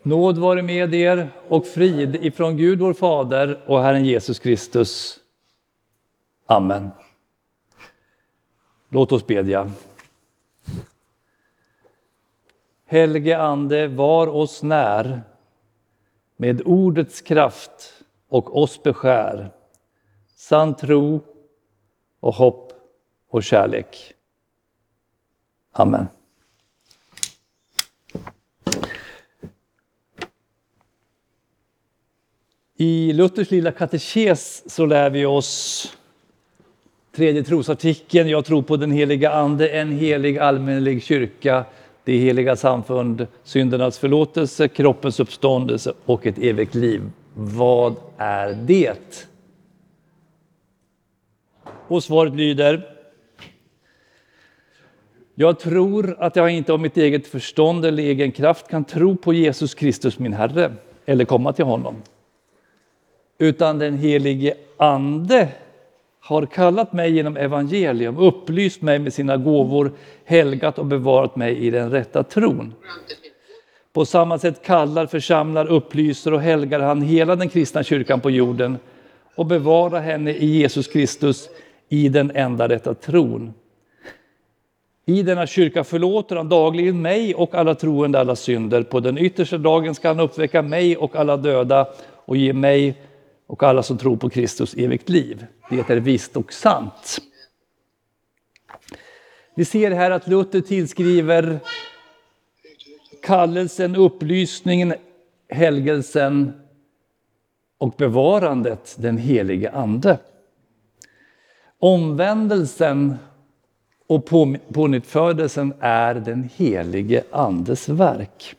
Nåd vare med er och frid ifrån Gud vår Fader och Herren Jesus Kristus. Amen. Låt oss bedja. Helige Ande, var oss när med ordets kraft och oss beskär sann tro och hopp och kärlek. Amen. I Luthers lilla katekes så lär vi oss tredje trosartikeln. Jag tror på den heliga Ande, en helig allmänlig kyrka, det heliga samfund, syndernas förlåtelse, kroppens uppståndelse och ett evigt liv. Vad är det? Och svaret lyder: jag tror att jag inte av mitt eget förstånd eller egen kraft kan tro på Jesus Kristus min Herre eller komma till honom. Utan den helige Ande har kallat mig genom evangelium, upplyst mig med sina gåvor, helgat och bevarat mig i den rätta tron. På samma sätt kallar, församlar, upplyser och helgar han hela den kristna kyrkan på jorden och bevarar henne i Jesus Kristus i den enda rätta tron. I denna kyrka förlåter han dagligen mig och alla troende alla synder. På den yttersta dagen ska han uppväcka mig och alla döda och ge mig och alla som tror på Kristus evigt liv. Det är visst och sant. Vi ser här att Luther tillskriver kallelsen, upplysningen, helgelsen och bevarandet den helige Ande. Omvändelsen och pånyttfödelsen är den helige Andes verk.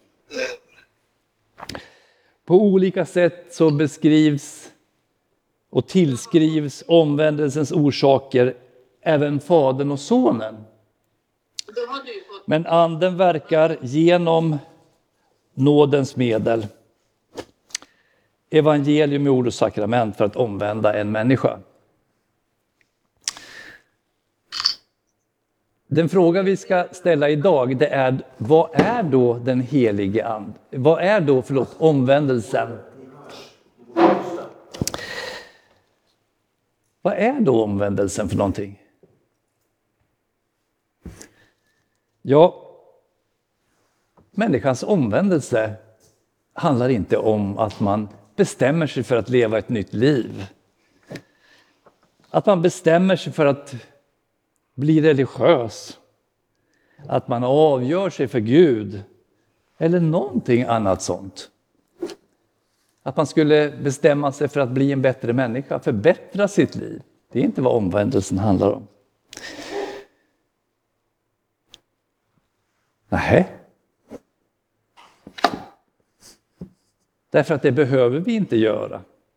På olika sätt så beskrivs och tillskrivs omvändelsens orsaker även Fadern och Sonen. Men Anden verkar genom nådens medel. Evangelium i ord och sakrament för att omvända en människa. Den fråga vi ska ställa idag, det är: vad är då den helige Ande? Vad är då, omvändelsen? Vad är då omvändelsen för någonting? Ja, människans omvändelse handlar inte om att man bestämmer sig för att leva ett nytt liv. Att man bestämmer sig för att bli religiös. Att man avgör sig för Gud. Eller någonting annat sånt. Att man skulle bestämma sig för att bli en bättre människa. Förbättra sitt liv. Det är inte vad omvändelsen handlar om. Nej. Därför att det behöver vi inte göra.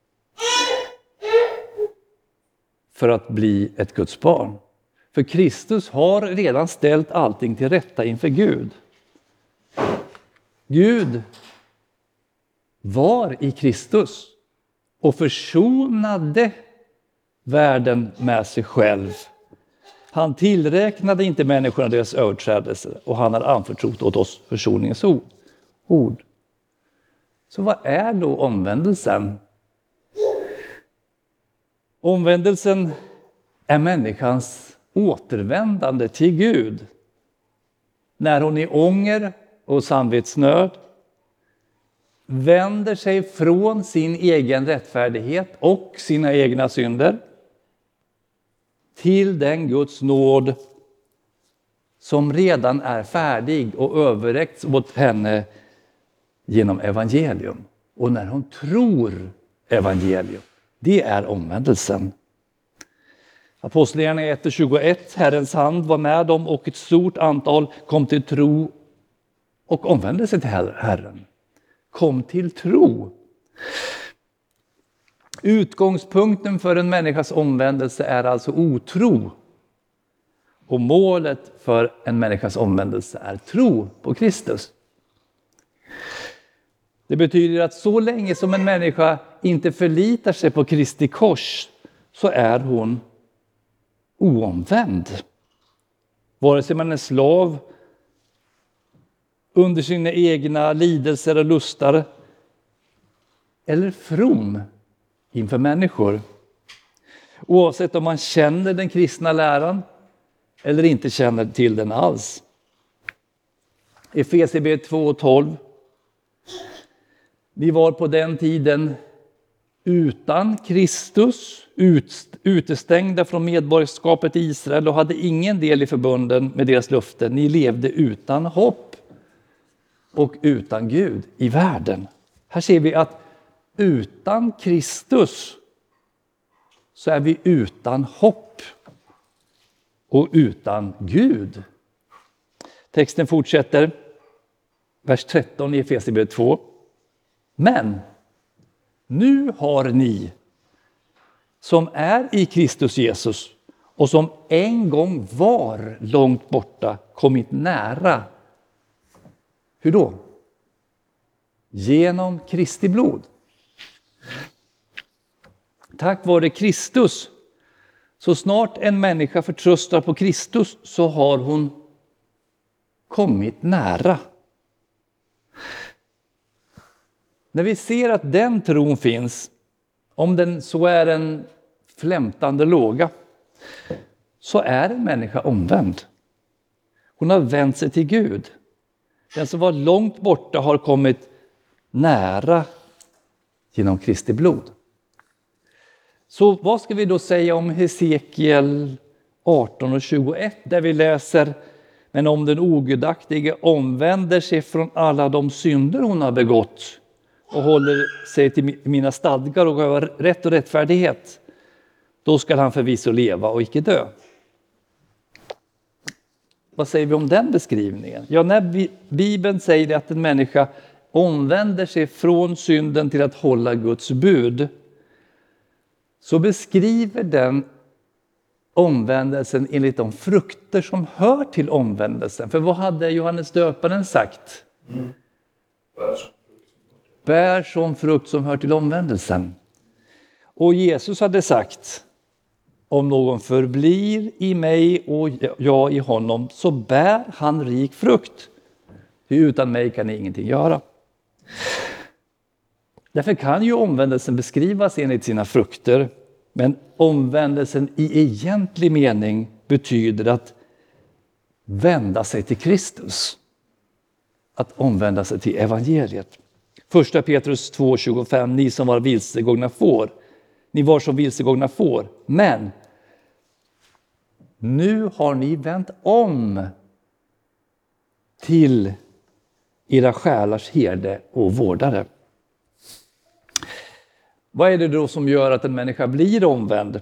För att bli ett Guds barn. För Kristus har redan ställt allting till rätta inför Gud. Gud var i Kristus och försonade världen med sig själv. Han tillräknade inte människorna deras överträdelser och han har anförtrott åt oss försoningens ord. Så vad är då omvändelsen? Omvändelsen är människans återvändande till Gud. När hon i ånger och samvetsnöd vänder sig från sin egen rättfärdighet och sina egna synder till den Guds nåd som redan är färdig och överräckts åt henne genom evangelium. Och när hon tror evangelium, det är omvändelsen. Apostlagärningarna 1-21, Herrens hand var med dem och ett stort antal kom till tro och omvände sig till Herren. Kom till tro. Utgångspunkten för en människas omvändelse är alltså otro. Och målet för en människas omvändelse är tro på Kristus. Det betyder att så länge som en människa inte förlitar sig på Kristi kors så är hon oomvänd. Vare sig man är slav under sina egna lidelser och lustar, eller from inför människor. Oavsett om man känner den kristna läran eller inte känner till den alls. Efesierbrevet 2:12. Vi var på den tiden utan Kristus, utestängda från medborgarskapet i Israel och hade ingen del i förbunden med deras löften. Ni levde utan hopp och utan Gud i världen. Här ser vi att utan Kristus så är vi utan hopp och utan Gud. Texten fortsätter, vers 13 i Efesierbrevet 2. Men nu har ni som är i Kristus Jesus och som en gång var långt borta kommit nära. Hur då? Genom Kristi blod. Tack vare Kristus, så snart en människa förtröstar på Kristus så har hon kommit nära. När vi ser att den tron finns, om den så är en flämtande låga, så är en människa omvänd. Hon har vänt sig till Gud. Den som var långt borta har kommit nära genom Kristi blod. Så vad ska vi då säga om Hesekiel 18 och 21 där vi läser: men om den ogudaktige omvänder sig från alla de synder hon har begått och håller sig till mina stadgar och har rätt och rättfärdighet, då ska han förvisso leva och icke dö. Vad säger vi om den beskrivningen? Ja, när Bibeln säger att en människa omvänder sig från synden till att hålla Guds bud, så beskriver den omvändelsen enligt de frukter som hör till omvändelsen. För vad hade Johannes döparen sagt? Bär som frukt som hör till omvändelsen. Och Jesus hade sagt: om någon förblir i mig och jag i honom, så bär han rik frukt. Utan mig kan ni ingenting göra. Därför kan ju omvändelsen beskrivas enligt sina frukter. Men omvändelsen i egentlig mening betyder att vända sig till Kristus. Att omvända sig till evangeliet. 1 Petrus 2:25, ni som var vilsegångna får. Ni var som vilsegångna får. Men nu har ni vänt om till era själars herde och vårdare. Vad är det då som gör att en människa blir omvänd?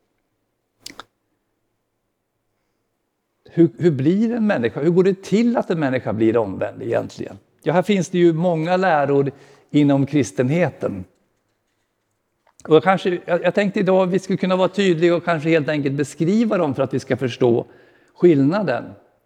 Hur blir en människa? Hur går det till att en människa blir omvänd egentligen? Ja, här finns det ju många läror inom kristenheten. Och jag tänkte idag att vi skulle kunna vara tydliga och kanske helt enkelt beskriva dem för att vi ska förstå skillnaden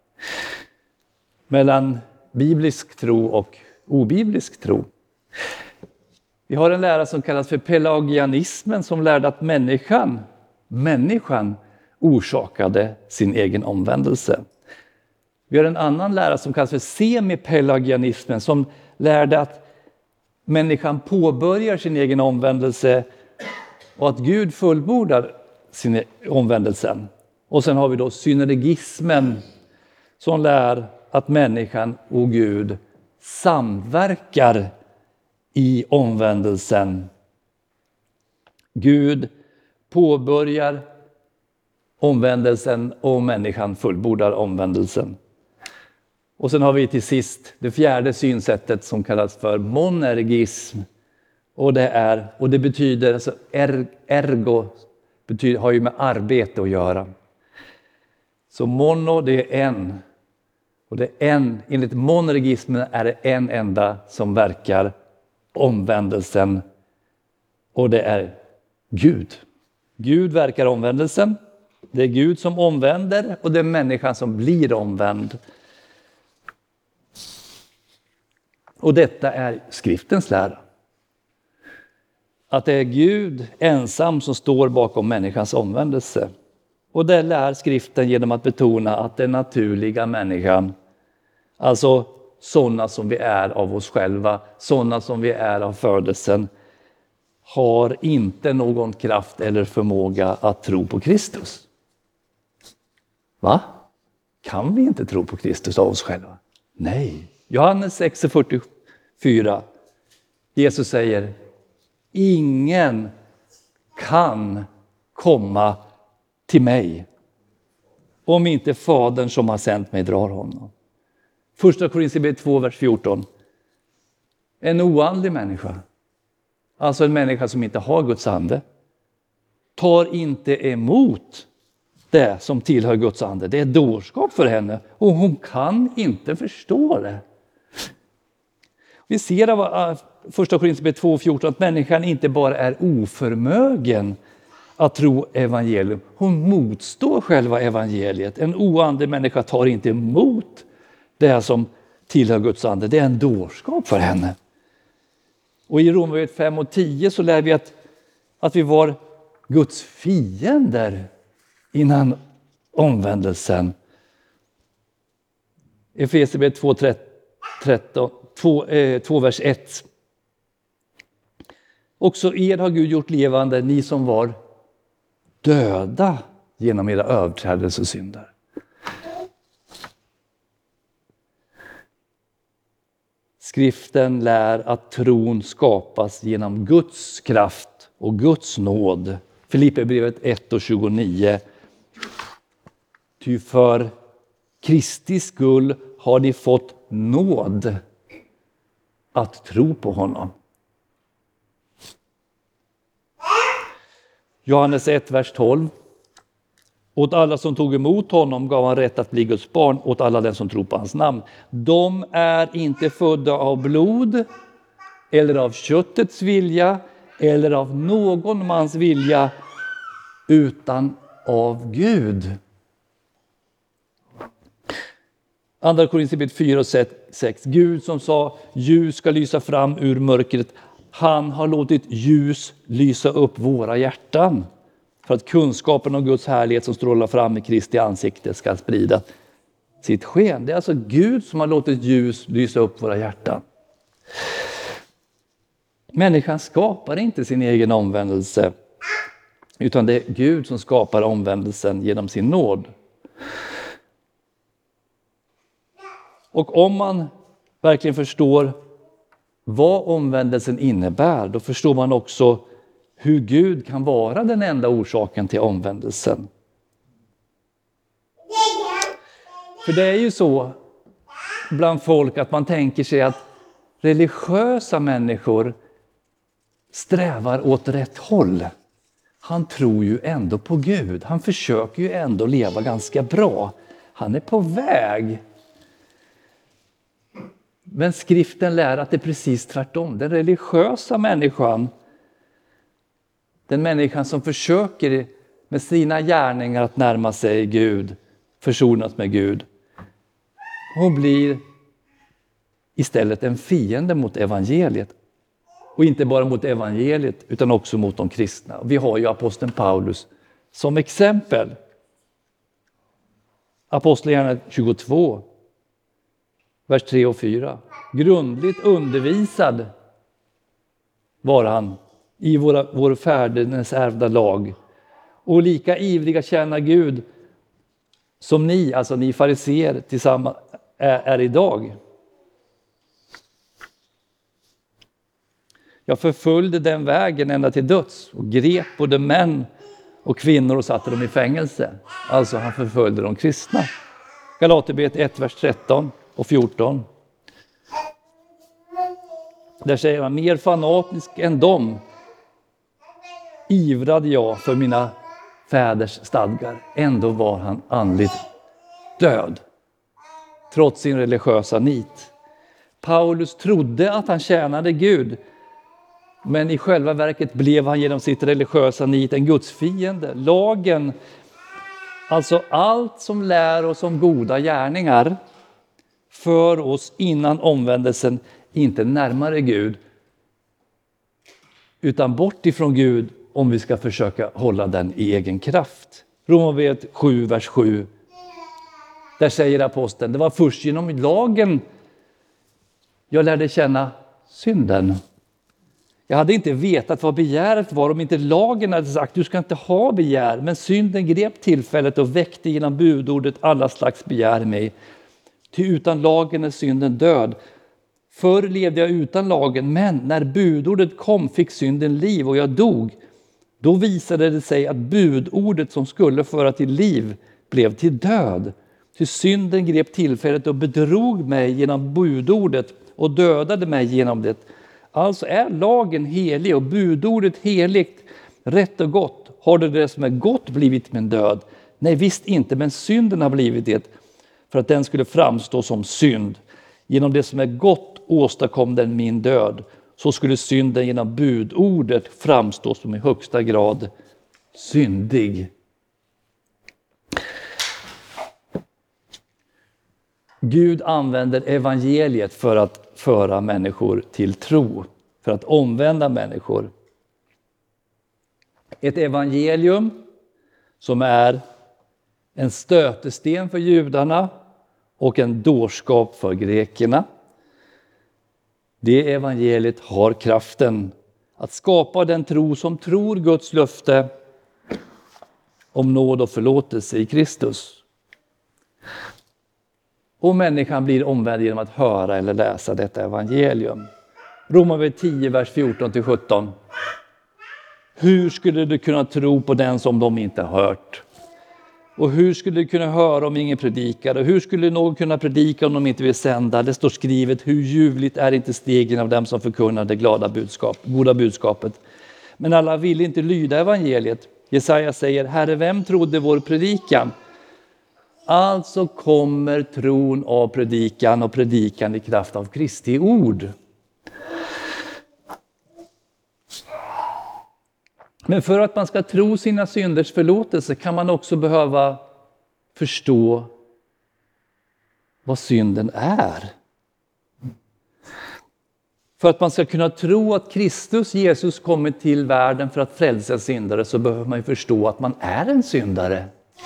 mellan biblisk tro och obiblisk tro. Vi har en lära som kallas för pelagianismen, som lärde att människan orsakade sin egen omvändelse. Vi har en annan lära som kallas för semipelagianismen, som lärde att människan påbörjar sin egen omvändelse och att Gud fullbordar sin omvändelse. Och sen har vi då synergismen som lär att människan och Gud samverkar i omvändelsen. Gud påbörjar omvändelsen och människan fullbordar omvändelsen. Och sen har vi till sist det fjärde synsättet som kallas för monergism. Och det betyder, alltså ergo har ju med arbete att göra. Så mono, det är en. Och det är en, enligt monergismen är det en enda som verkar omvändelsen. Och det är Gud. Gud verkar omvändelsen. Det är Gud som omvänder och det är människan som blir omvänd. Och detta är skriftens lära. Att det är Gud ensam som står bakom människans omvändelse. Och det lär skriften genom att betona att den naturliga människan, alltså sådana som vi är av oss själva, sådana som vi är av födelsen, har inte någon kraft eller förmåga att tro på Kristus. Va? Kan vi inte tro på Kristus av oss själva? Nej. Johannes 6:44. Jesus säger: ingen kan komma till mig om inte Fadern som har sänt mig drar honom. Första Korinthierbrevet 2, vers 14. En oandlig människa, alltså en människa som inte har Guds ande, tar inte emot det som tillhör Guds ande. Det är dårskap för henne och hon kan inte förstå det. Vi ser av första Korinthierbrevet 2:14 att människan inte bara är oförmögen att tro evangelium. Hon motstår själva evangeliet. En oandlig människa tar inte emot det som tillhör Guds ande. Det är en dårskap för henne. Och i Romarbrevet 5:10 så lär vi att vi var Guds fiender innan omvändelsen. Efesierbrevet 2 vers 1. Också er har Gud gjort levande, ni som var döda genom era överträdelser och synder. Skriften lär att tron skapas genom Guds kraft och Guds nåd. Filipperbrevet 1:29. Ty för Kristi skull har ni fått nåd att tro på honom. Johannes 1, vers 12. Åt alla som tog emot honom gav han rätt att bli Guds barn, åt alla den som tror på hans namn. De är inte födda av blod eller av köttets vilja eller av någon mans vilja, utan av Gud. Andra Korinthierbrevet 4:6. Gud som sa ljus ska lysa fram ur mörkret, han har låtit ljus lysa upp våra hjärtan för att kunskapen om Guds härlighet som strålar fram i Kristi ansikte ska sprida sitt sken. Det är alltså Gud som har låtit ljus lysa upp våra hjärtan. Människan skapar inte sin egen omvändelse, utan det är Gud som skapar omvändelsen genom sin nåd. Och om man verkligen förstår vad omvändelsen innebär, då förstår man också hur Gud kan vara den enda orsaken till omvändelsen. För det är ju så bland folk att man tänker sig att religiösa människor strävar åt rätt håll. Han tror ju ändå på Gud. Han försöker ju ändå leva ganska bra. Han är på väg. Men skriften lär att det är precis tvärtom. Den religiösa människan, den människan som försöker med sina gärningar att närma sig Gud, försonas med Gud, hon blir istället en fiende mot evangeliet. Och inte bara mot evangeliet utan också mot de kristna. Vi har ju aposteln Paulus som exempel. Apostlagärningarna 22, vers 3 och 4. Grundligt undervisad var han i vår fädernes ärvda lag. Och lika ivriga tjäna Gud som ni, alltså ni fariseer tillsammans är idag. Jag förföljde den vägen ända till döds och grep både män och kvinnor och satte dem i fängelse. Alltså han förföljde de kristna. Galaterbrevet 1, vers 13 och 14. Där säger han, mer fanatisk än dem ivrade jag för mina fäders stadgar. Ändå var han andligt död, trots sin religiösa nit. Paulus trodde att han tjänade Gud, men i själva verket blev han genom sitt religiösa nit en Guds fiende. Lagen, alltså allt som lär oss om goda gärningar, för oss innan omvändelsen inte närmare Gud, utan bort ifrån Gud om vi ska försöka hålla den i egen kraft. Romarbrevet 7, vers 7. Där säger aposteln, det var först genom lagen Jag lärde känna synden. Jag hade inte vetat vad begäret var om inte lagen hade sagt du ska inte ha begär. Men synden grep tillfället och väckte genom budordet alla slags begär i mig. Ty utan lagen är synden död. Förr levde jag utan lagen, men när budordet kom fick synden liv och jag dog. Då visade det sig att budordet som skulle föra till liv blev till död. Ty synden grep tillfället och bedrog mig genom budordet och dödade mig genom det. Alltså är lagen helig och budordet heligt, rätt och gott. Har det som är gott blivit min död? Nej, visst inte, men synden har blivit det för att den skulle framstå som synd. Genom det som är gott åstadkom den min död. Så skulle synden genom budordet framstå som i högsta grad syndig. Gud använder evangeliet för att föra människor till tro. För att omvända människor. Ett evangelium som är en stötesten för judarna och en dårskap för grekerna. Det evangeliet har kraften att skapa den tro som tror Guds löfte om nåd och förlåtelse i Kristus. Och människan blir omvänd genom att höra eller läsa detta evangelium. Romarbrevet 10, vers 14-17. Hur skulle du kunna tro på den som de inte har hört? Och hur skulle du kunna höra om ingen predikar? Och hur skulle någon kunna predika om de inte vill sända? Det står skrivet, hur ljuvligt är inte stegen av dem som förkunnar det goda budskapet. Men alla vill inte lyda evangeliet. Jesaja säger, Herre, vem trodde vår predikan? Alltså kommer tron av predikan och predikan i kraft av Kristi ord. Men för att man ska tro sina synders förlåtelse kan man också behöva förstå vad synden är. För att man ska kunna tro att Kristus, Jesus, kommit till världen för att frälsa syndare så behöver man ju förstå att man är en syndare.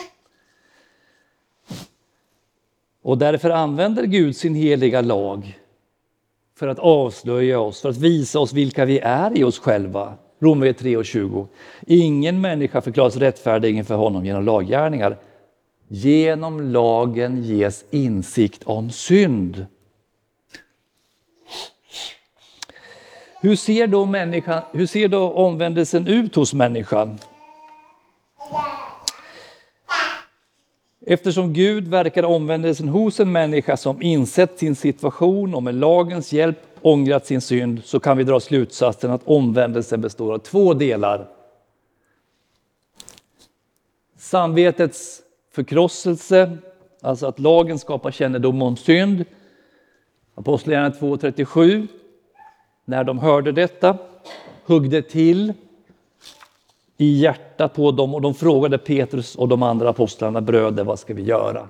Och därför använder Gud sin heliga lag för att avslöja oss, för att visa oss vilka vi är i oss själva. Romarbrevet 3:20. Ingen människa förklaras rättfärdig inför honom genom laggärningar. Genom lagen ges insikt om synd. Hur ser då omvändelsen ut hos människan? Eftersom Gud verkar omvändelsen hos en människa som insett sin situation och med lagens hjälp ångrat sin synd, så kan vi dra slutsatsen att omvändelsen består av två delar. Samvetets förkrosselse, alltså att lagen skapar kännedom om synd. Apostlagärningarna 2:37. När de hörde detta högg det till i hjärtat på dem och de frågade Petrus och de andra apostlarna, bröder, vad ska vi göra?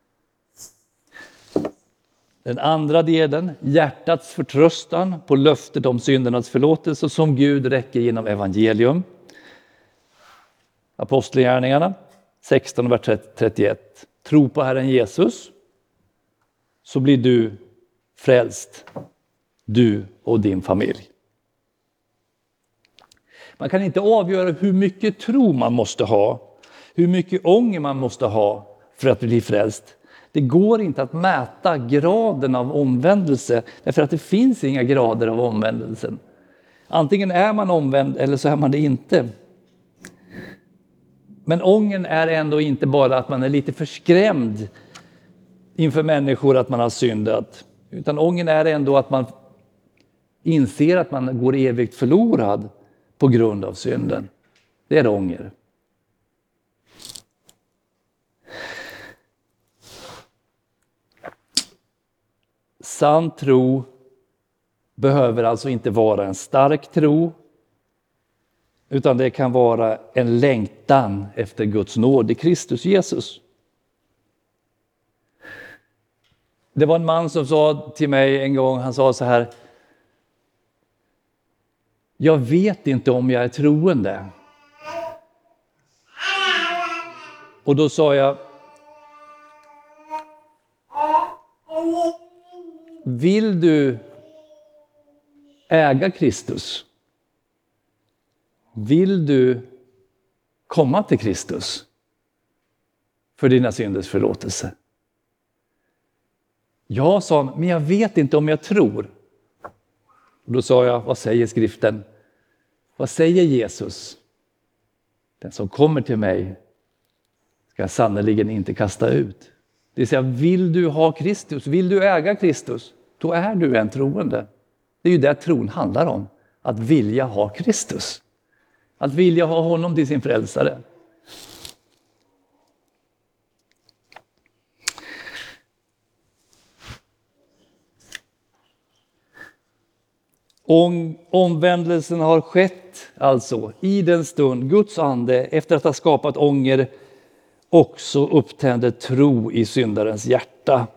Den andra delen, hjärtats förtröstan på löftet om syndernas förlåtelse som Gud räcker genom evangelium. Apostlagärningarna 16, vers 31. Tro på Herren Jesus så blir du frälst, du och din familj. Man kan inte avgöra hur mycket tro man måste ha, hur mycket ånger man måste ha för att bli frälst. Det går inte att mäta graden av omvändelse, därför att det finns inga grader av omvändelsen. Antingen är man omvänd eller så är man det inte. Men ången är ändå inte bara att man är lite förskrämd inför människor att man har syndat. Utan ången är ändå att man inser att man går evigt förlorad på grund av synden. Det är ånger. Sann tro behöver alltså inte vara en stark tro, utan det kan vara en längtan efter Guds nåd i Kristus Jesus. Det var en man som sa till mig en gång, han sa så här: jag vet inte om jag är troende. Och då sa jag: vill du äga Kristus? Vill du komma till Kristus för dina synders förlåtelse? Jag sa, men jag vet inte om jag tror. Och då sa jag, vad säger skriften? Vad säger Jesus? Den som kommer till mig ska jag sannoliken inte kasta ut. Det vill säga, vill du ha Kristus, vill du äga Kristus, då är du en troende. Det är ju det tron handlar om, att vilja ha Kristus. Att vilja ha honom till sin frälsare. Omvändelsen har skett alltså i den stund Guds ande efter att ha skapat ånger också upptände tro i syndarens hjärta.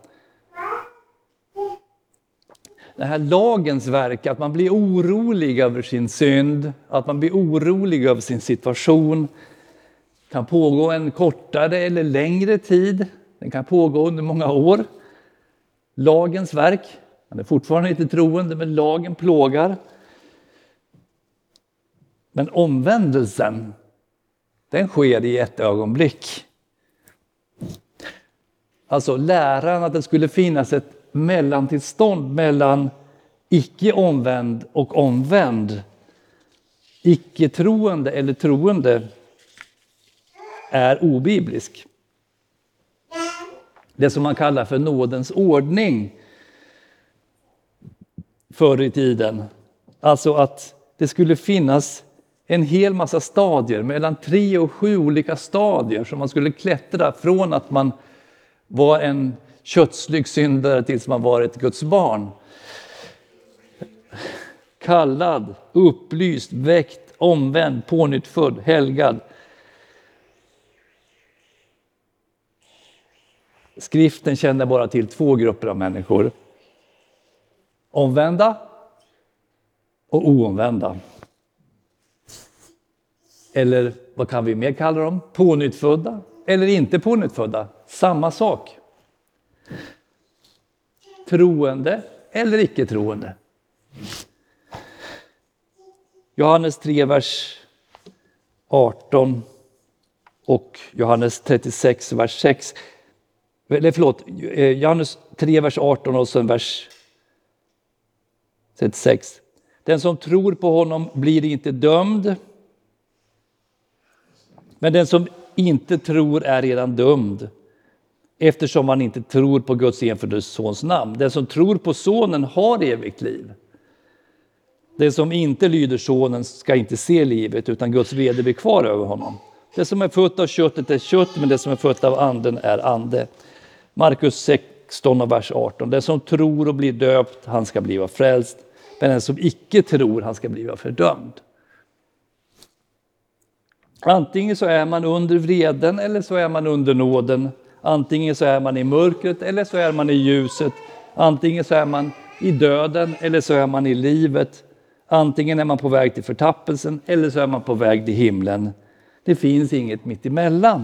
Den här lagens verk, att man blir orolig över sin synd, att man blir orolig över sin situation, kan pågå en kortare eller längre tid. Den kan pågå under många år. Lagens verk, man är fortfarande inte troende, men lagen plågar. Men omvändelsen, den sker i ett ögonblick. Alltså läran att det skulle finnas ett mellantillstånd mellan icke omvänd och omvänd, icke troende eller troende, är obiblisk. Det som man kallar för nådens ordning förr i tiden. Alltså att det skulle finnas en hel massa stadier, mellan 3 och 7 olika stadier som man skulle klättra från att man var en kötslig syndare tills man var ett Guds barn. Kallad, upplyst, väckt, omvänd, pånyttfödd, helgad. Skriften känner bara till 2 grupper av människor. Omvända och oomvända. Eller vad kan vi mer kalla dem? Pånyttfödda eller inte pånyttfödda. Samma sak. Troende eller icke troende. Johannes 3, vers 18 och Johannes 36, vers 6. Eller förlåt, Johannes 3, vers 18 och sen vers 36. Den som tror på honom blir inte dömd. Men den som inte tror är redan dömd, eftersom man inte tror på Guds enfödde sons namn. Den som tror på sonen har evigt liv. Den som inte lyder sonen ska inte se livet, utan Guds vrede blir kvar över honom. Det som är fött av köttet är kött, men det som är fött av anden är ande. Markus 16 och vers 18. Den som tror och blir döpt, han ska bli frälst. Men den som icke tror, han ska bli fördömd. Antingen så är man under vreden eller så är man under nåden. Antingen så är man i mörkret eller så är man i ljuset. Antingen så är man i döden eller så är man i livet. Antingen är man på väg till förtappelsen eller så är man på väg till himlen. Det finns inget mitt emellan.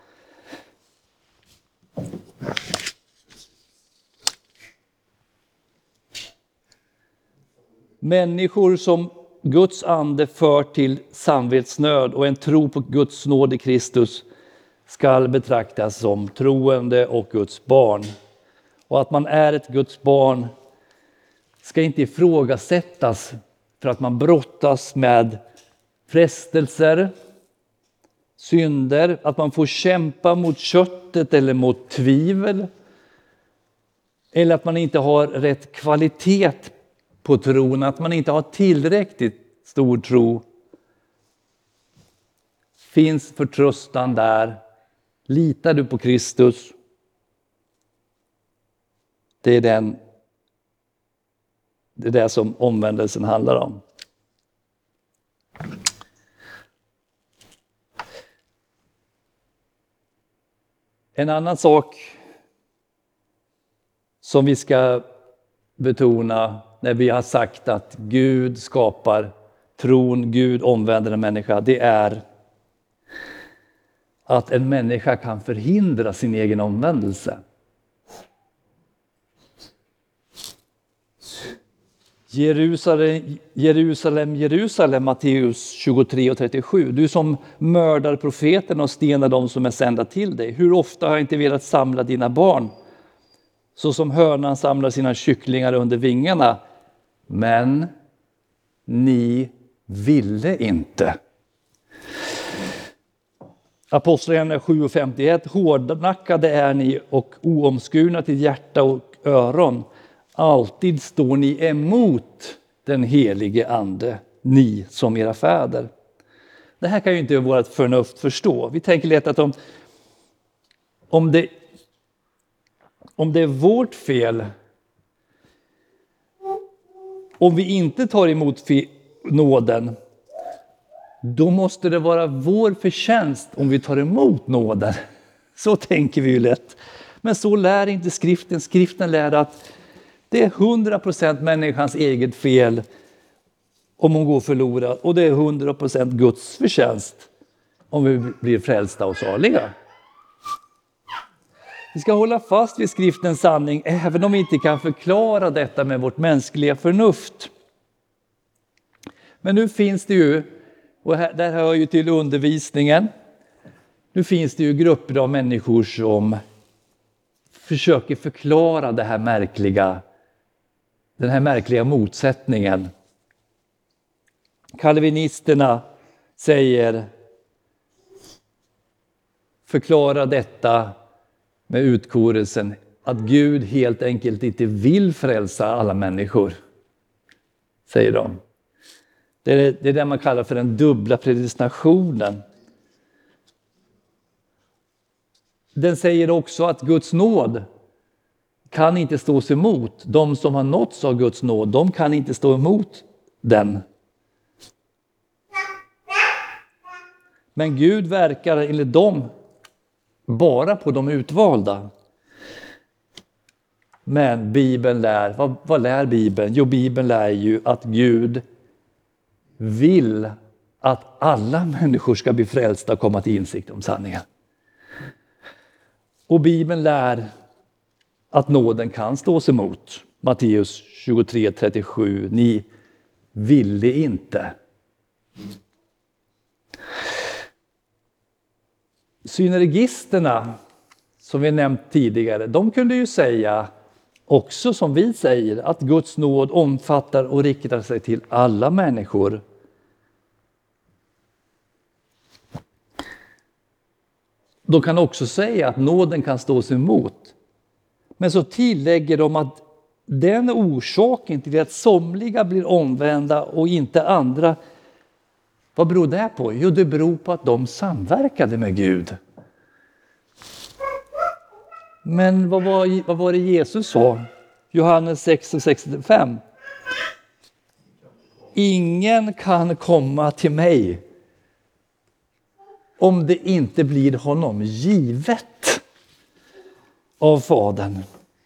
Människor som Guds ande för till samvetsnöd och en tro på Guds nåd i Kristus ska betraktas som troende och Guds barn. Och att man är ett Guds barn ska inte ifrågasättas för att man brottas med frestelser, synder, att man får kämpa mot köttet eller mot tvivel. Eller att man inte har rätt kvalitet på tron, att man inte har tillräckligt stor tro. Finns förtröstan där? Litar du på Kristus? Det är det som omvändelsen handlar om. En annan sak som vi ska betona när vi har sagt att Gud skapar tron, Gud omvänder en människa, det är att en människa kan förhindra sin egen omvändelse. Jerusalem, Jerusalem, Jerusalem, Matteus 23 och 37. Du som mördar profeten och stenar dem som är sända till dig. Hur ofta har jag inte velat samla dina barn, så som hönan samlar sina kycklingar under vingarna. Men ni ville inte. Apostlagärningarna 7:51. Hårdnackade är ni och oomskurna till hjärta och öron. Alltid står ni emot den helige ande, ni som era fäder. Det här kan ju inte vårt förnuft förstå. Vi tänker lätt att om det är vårt fel, om vi inte tar emot nåden, då måste det vara vår förtjänst om vi tar emot nåden. Så tänker vi ju lätt. Men så lär inte skriften. Skriften lär att det är 100% människans eget fel om hon går förlorad. Och det är 100% Guds förtjänst om vi blir frälsta och saliga. Vi ska hålla fast vid skriftens sanning även om vi inte kan förklara detta med vårt mänskliga förnuft. Men nu finns det ju, och där hör ju till undervisningen, nu finns det ju grupper av människor som försöker förklara den här märkliga motsättningen. Kalvinisterna säger, förklara detta med utkorelsen att Gud helt enkelt inte vill frälsa alla människor, säger de. Det är det man kallar för den dubbla predestinationen. Den säger också att Guds nåd kan inte stås emot. De som har nåtts av Guds nåd, de kan inte stå emot den. Men Gud verkar enligt dem bara på de utvalda. Men Bibeln lär, vad lär Bibeln? Jo, Bibeln lär ju att Gud vill att alla människor ska bli frälsta och komma till insikt om sanningen. Och Bibeln lär att nåden kan stås emot. Matteus 23:37. Ni ville inte. Synergisterna, som vi nämnt tidigare, de kunde ju säga också som vi säger att Guds nåd omfattar och riktar sig till alla människor. De kan också säga att nåden kan stås emot. Men så tillägger de att den orsaken till att somliga blir omvända och inte andra, vad beror det på? Jo, det beror på att de samverkade med Gud. Men vad var det Jesus sa? Johannes 6:65. Ingen kan komma till mig om det inte blir honom givet av Fadern.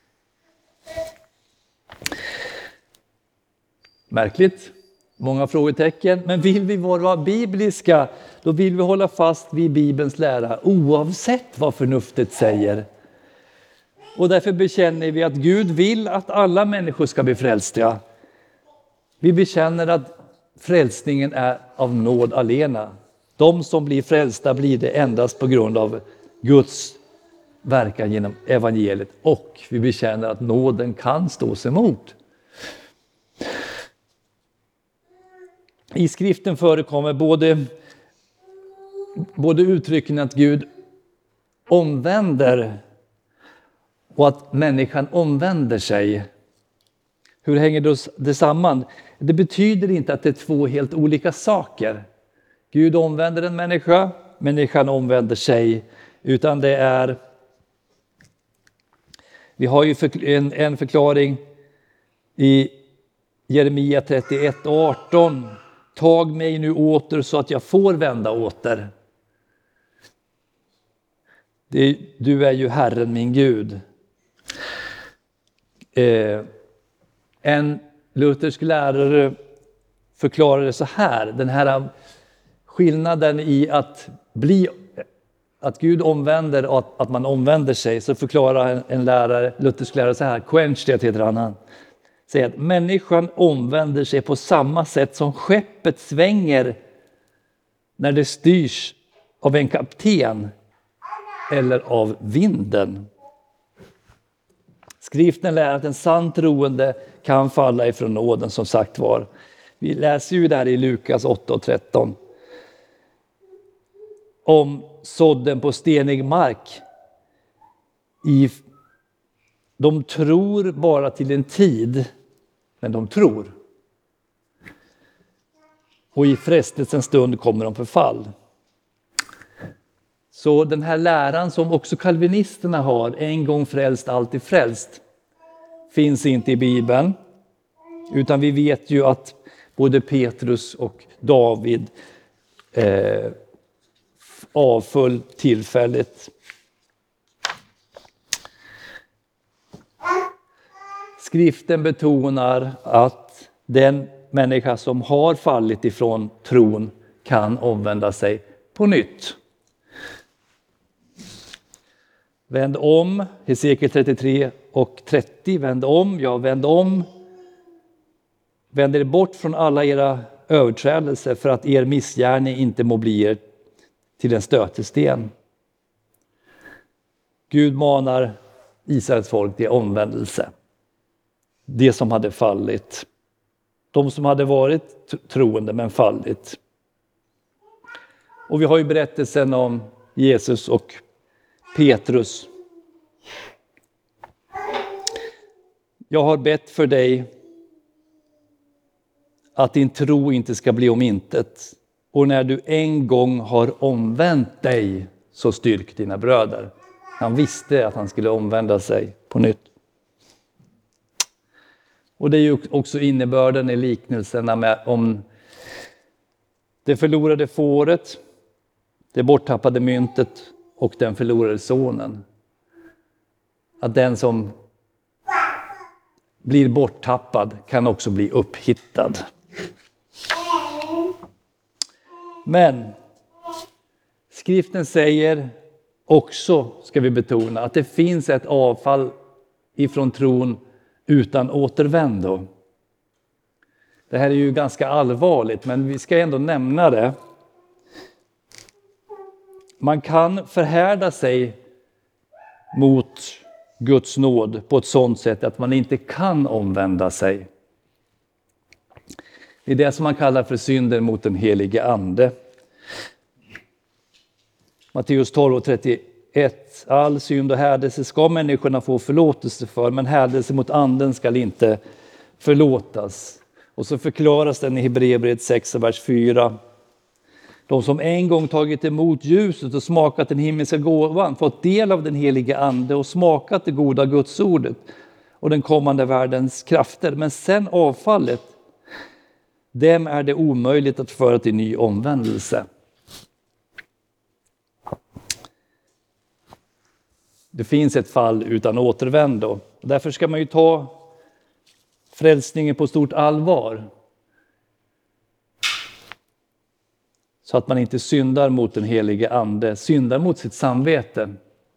Märkligt. Många frågetecken. Men vill vi vara bibliska, då vill vi hålla fast vid Bibelns lära oavsett vad förnuftet säger. Och därför bekänner vi att Gud vill att alla människor ska bli frälsta. Vi bekänner att frälsningen är av nåd alena. De som blir frälsta blir det endast på grund av Guds verkan genom evangeliet. Och vi bekänner att nåden kan stås emot. I skriften förekommer både uttrycken att Gud omvänder och att människan omvänder sig. Hur hänger det samman? Det betyder inte att det är två helt olika saker. Gud omvänder en människa, människan omvänder sig. Utan det är... Vi har ju en förklaring i Jeremia 31:18. Tag mig nu åter så att jag får vända åter. Du är ju Herren min Gud. En luthersk lärare förklarade så här. Den här skillnaden i att Gud omvänder och att man omvänder sig. Så förklarar en luthersk lärare så här. Quench, det heter han. säger att människan omvänder sig på samma sätt som skeppet svänger när det styrs av en kapten eller av vinden. Skriften lär att en sant troende kan falla ifrån nåden, som sagt var. Vi läser ju där i Lukas 8:13 om sådden på stenig mark. De tror bara till en tid, men de tror. Och i frestelsens stund kommer de för fall. Så den här läran som också kalvinisterna har, en gång frälst, alltid frälst, finns inte i Bibeln. Utan vi vet ju att både Petrus och David avföll tillfälligt. Skriften betonar att den människa som har fallit ifrån tron kan omvända sig på nytt. Vänd om, Hesekiel 33 och 30, vänd om. Vänd er bort från alla era överträdelser för att er missgärning inte må bli er till en stötesten. Gud manar Israels folk till omvändelse. Det som hade fallit. De som hade varit troende men fallit. Och vi har ju berättelsen om Jesus och Petrus. Jag har bett för dig att din tro inte ska bli om intet. Och när du en gång har omvänt dig, så styrk dina bröder. Han visste att han skulle omvända sig på nytt. Och det är ju också innebörden i liknelserna om det förlorade fåret, det borttappade myntet och den förlorade sonen. Att den som blir borttappad kan också bli upphittad. Men skriften säger också, ska vi betona, att det finns ett avfall ifrån tron utan återvändo. Det här är ju ganska allvarligt, men vi ska ändå nämna det. Man kan förhärda sig mot Guds nåd på ett sådant sätt att man inte kan omvända sig. Det är det som man kallar för synden mot den helige ande. Matteus 12:31. All synd och härdelse ska människorna få förlåtelse för, men härdelse mot anden ska inte förlåtas. Och så förklaras den i Hebreerbrevet 6, vers 4. De som en gång tagit emot ljuset och smakat den himmelska gåvan, fått del av den heliga ande och smakat det goda Gudsordet och den kommande världens krafter, men sen avfallet, dem är det omöjligt att föra till ny omvändelse. Det finns ett fall utan återvändo. Därför ska man ju ta frälsningen på stort allvar. Så att man inte syndar mot den helige ande, syndar mot sitt samvete.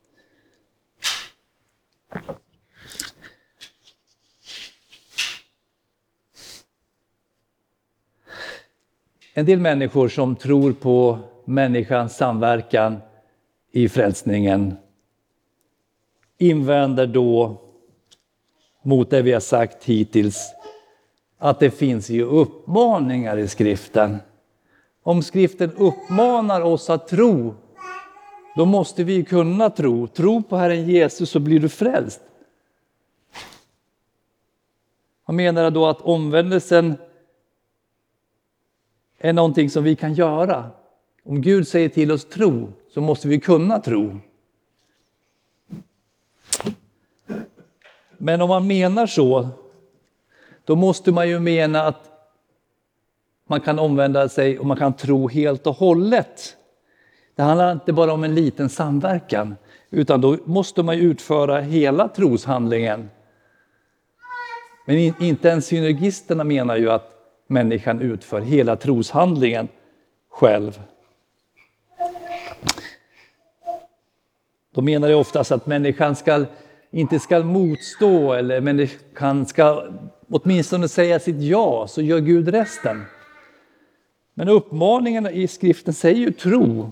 En del människor som tror på människans samverkan i frälsningen invänder då mot det vi har sagt hittills att det finns ju uppmaningar i skriften. Om skriften uppmanar oss att tro, då måste vi kunna tro. Tro på Herren Jesus så blir du frälst. Han menar då att omvändelsen är någonting som vi kan göra. Om Gud säger till oss tro, så måste vi kunna tro. Men om man menar så, då måste man ju mena att man kan omvända sig och man kan tro helt och hållet. Det handlar inte bara om en liten samverkan, utan då måste man ju utföra hela troshandlingen. Men inte ens synergisterna menar ju att människan utför hela troshandlingen själv. De menar ju oftast att människan ska inte ska motstå, men det ska åtminstone säga sitt ja, så gör Gud resten. Men uppmaningen i skriften säger ju tro.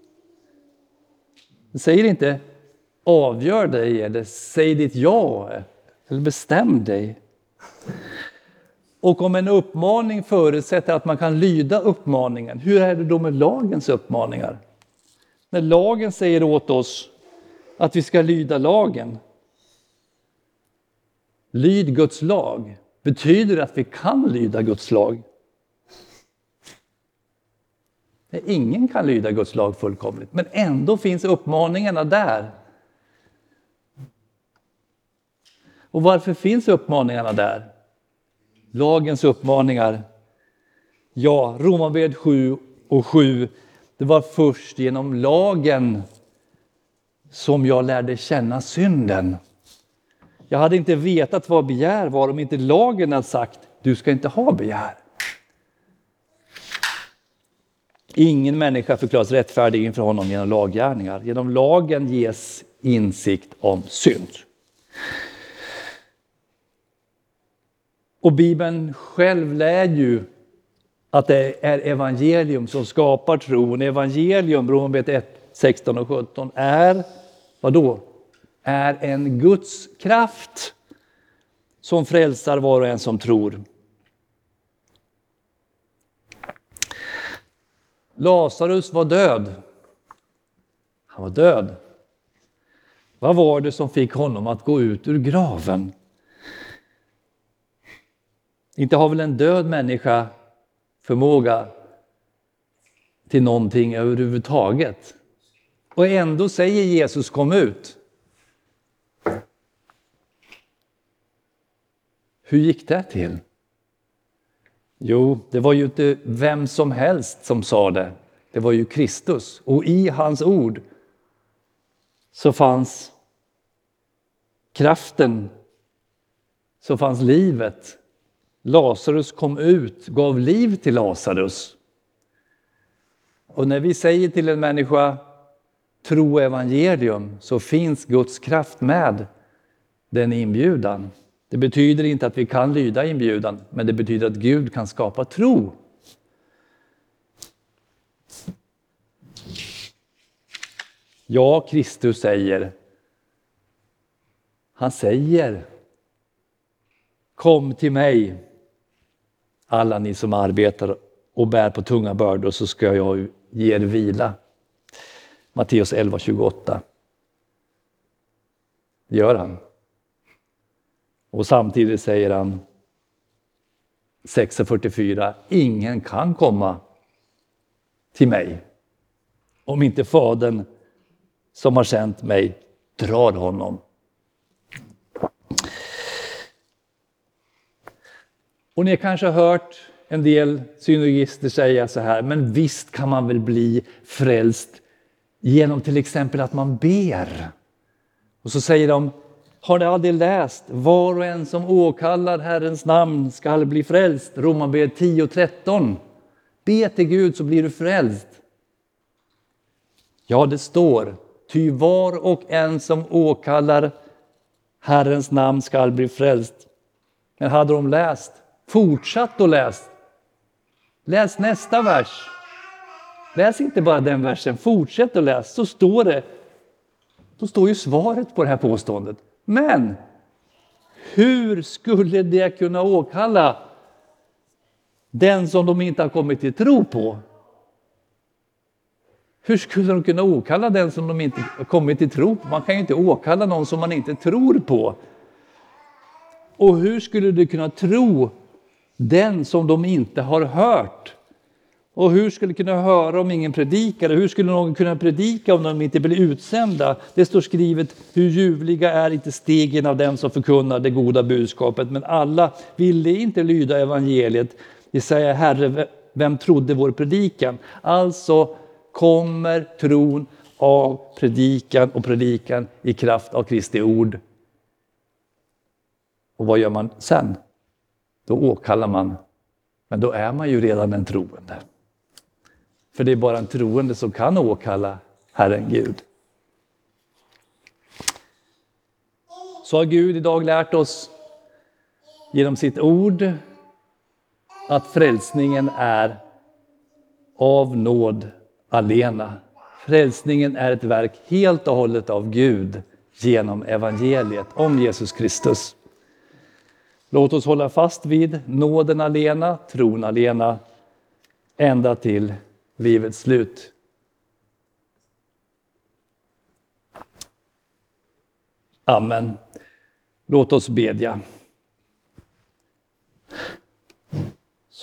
Det säger inte avgör dig eller säg ditt ja eller bestäm dig. Och om en uppmaning förutsätter att man kan lyda uppmaningen, hur är det då med lagens uppmaningar? När lagen säger åt oss att vi ska lyda lagen, lyd Guds lag, betyder det att vi kan lyda Guds lag? Ingen kan lyda Guds lag fullkomligt, men ändå finns uppmaningarna där. Och varför finns uppmaningarna där? Lagens uppmaningar. Ja, Romarbrevet 7:7. Det var först genom lagen som jag lärde känna synden. Jag hade inte vetat vad begär var om inte lagen hade sagt, du ska inte ha begär. Ingen människa förklaras rättfärdig inför honom genom laggärningar. Genom lagen ges insikt om synd. Och Bibeln själv lär ju att det är evangelium som skapar tron. Evangelium, Romarbrevet 1, 16 och 17, är, vadå? Är en Guds kraft som frälsar var och en som tror. Lazarus var död. Han var död. Vad var det som fick honom att gå ut ur graven? Inte har väl en död människa förmåga till någonting överhuvudtaget. Och ändå säger Jesus kom ut. Hur gick det till? Jo, det var ju inte vem som helst som sa det. Det var ju Kristus. Och i hans ord så fanns kraften, så fanns livet. Lazarus kom ut, gav liv till Lazarus. Och när vi säger till en människa tro evangelium, så finns Guds kraft med den inbjudan. Det betyder inte att vi kan lyda inbjudan, men det betyder att Gud kan skapa tro. Ja, Kristus säger, han säger, kom till mig, alla ni som arbetar och bär på tunga bördor, så ska jag ge er vila. Matteus 11:28. Det gör han. Och samtidigt säger han 6:44, ingen kan komma till mig om inte Fadern som har sänt mig drar honom. Och ni har kanske hört en del synergister säga så här, men visst kan man väl bli frälst genom till exempel att man ber. Och så säger de, har ni aldrig läst, var och en som åkallar Herrens namn ska bli frälst, Romarbrevet 10:13. Be till Gud så blir du frälst. Ja, det står, ty var och en som åkallar Herrens namn ska bli frälst. Men hade de läst, fortsatt att läsa. Läs nästa vers. Läs inte bara den versen, fortsätt att läsa. Så står det. Då står ju svaret på det här påståendet. Men hur skulle det kunna åkalla den som de inte har kommit till tro på? Hur skulle de kunna åkalla den som de inte har kommit till tro på? Man kan ju inte åkalla någon som man inte tror på. Och hur skulle du kunna tro den som de inte har hört? Och hur skulle de kunna höra om ingen predikare? Hur skulle någon kunna predika om de inte blir utsända? Det står skrivet, hur ljuvliga är inte stegen av dem som förkunnar det goda budskapet. Men alla ville inte lyda evangeliet. Det säger, Herre, vem trodde vår predikan? Alltså kommer tron av predikan och predikan i kraft av Kristi ord. Och vad gör man sen? Då åkallar man. Men då är man ju redan en troende. För det är bara en troende som kan åkalla Herren Gud. så har Gud idag lärt oss genom sitt ord att frälsningen är av nåd alena. Frälsningen är ett verk helt och hållet av Gud genom evangeliet om Jesus Kristus. Låt oss hålla fast vid nåden alena, tron alena, ända till livets slut. Amen. Låt oss bedja.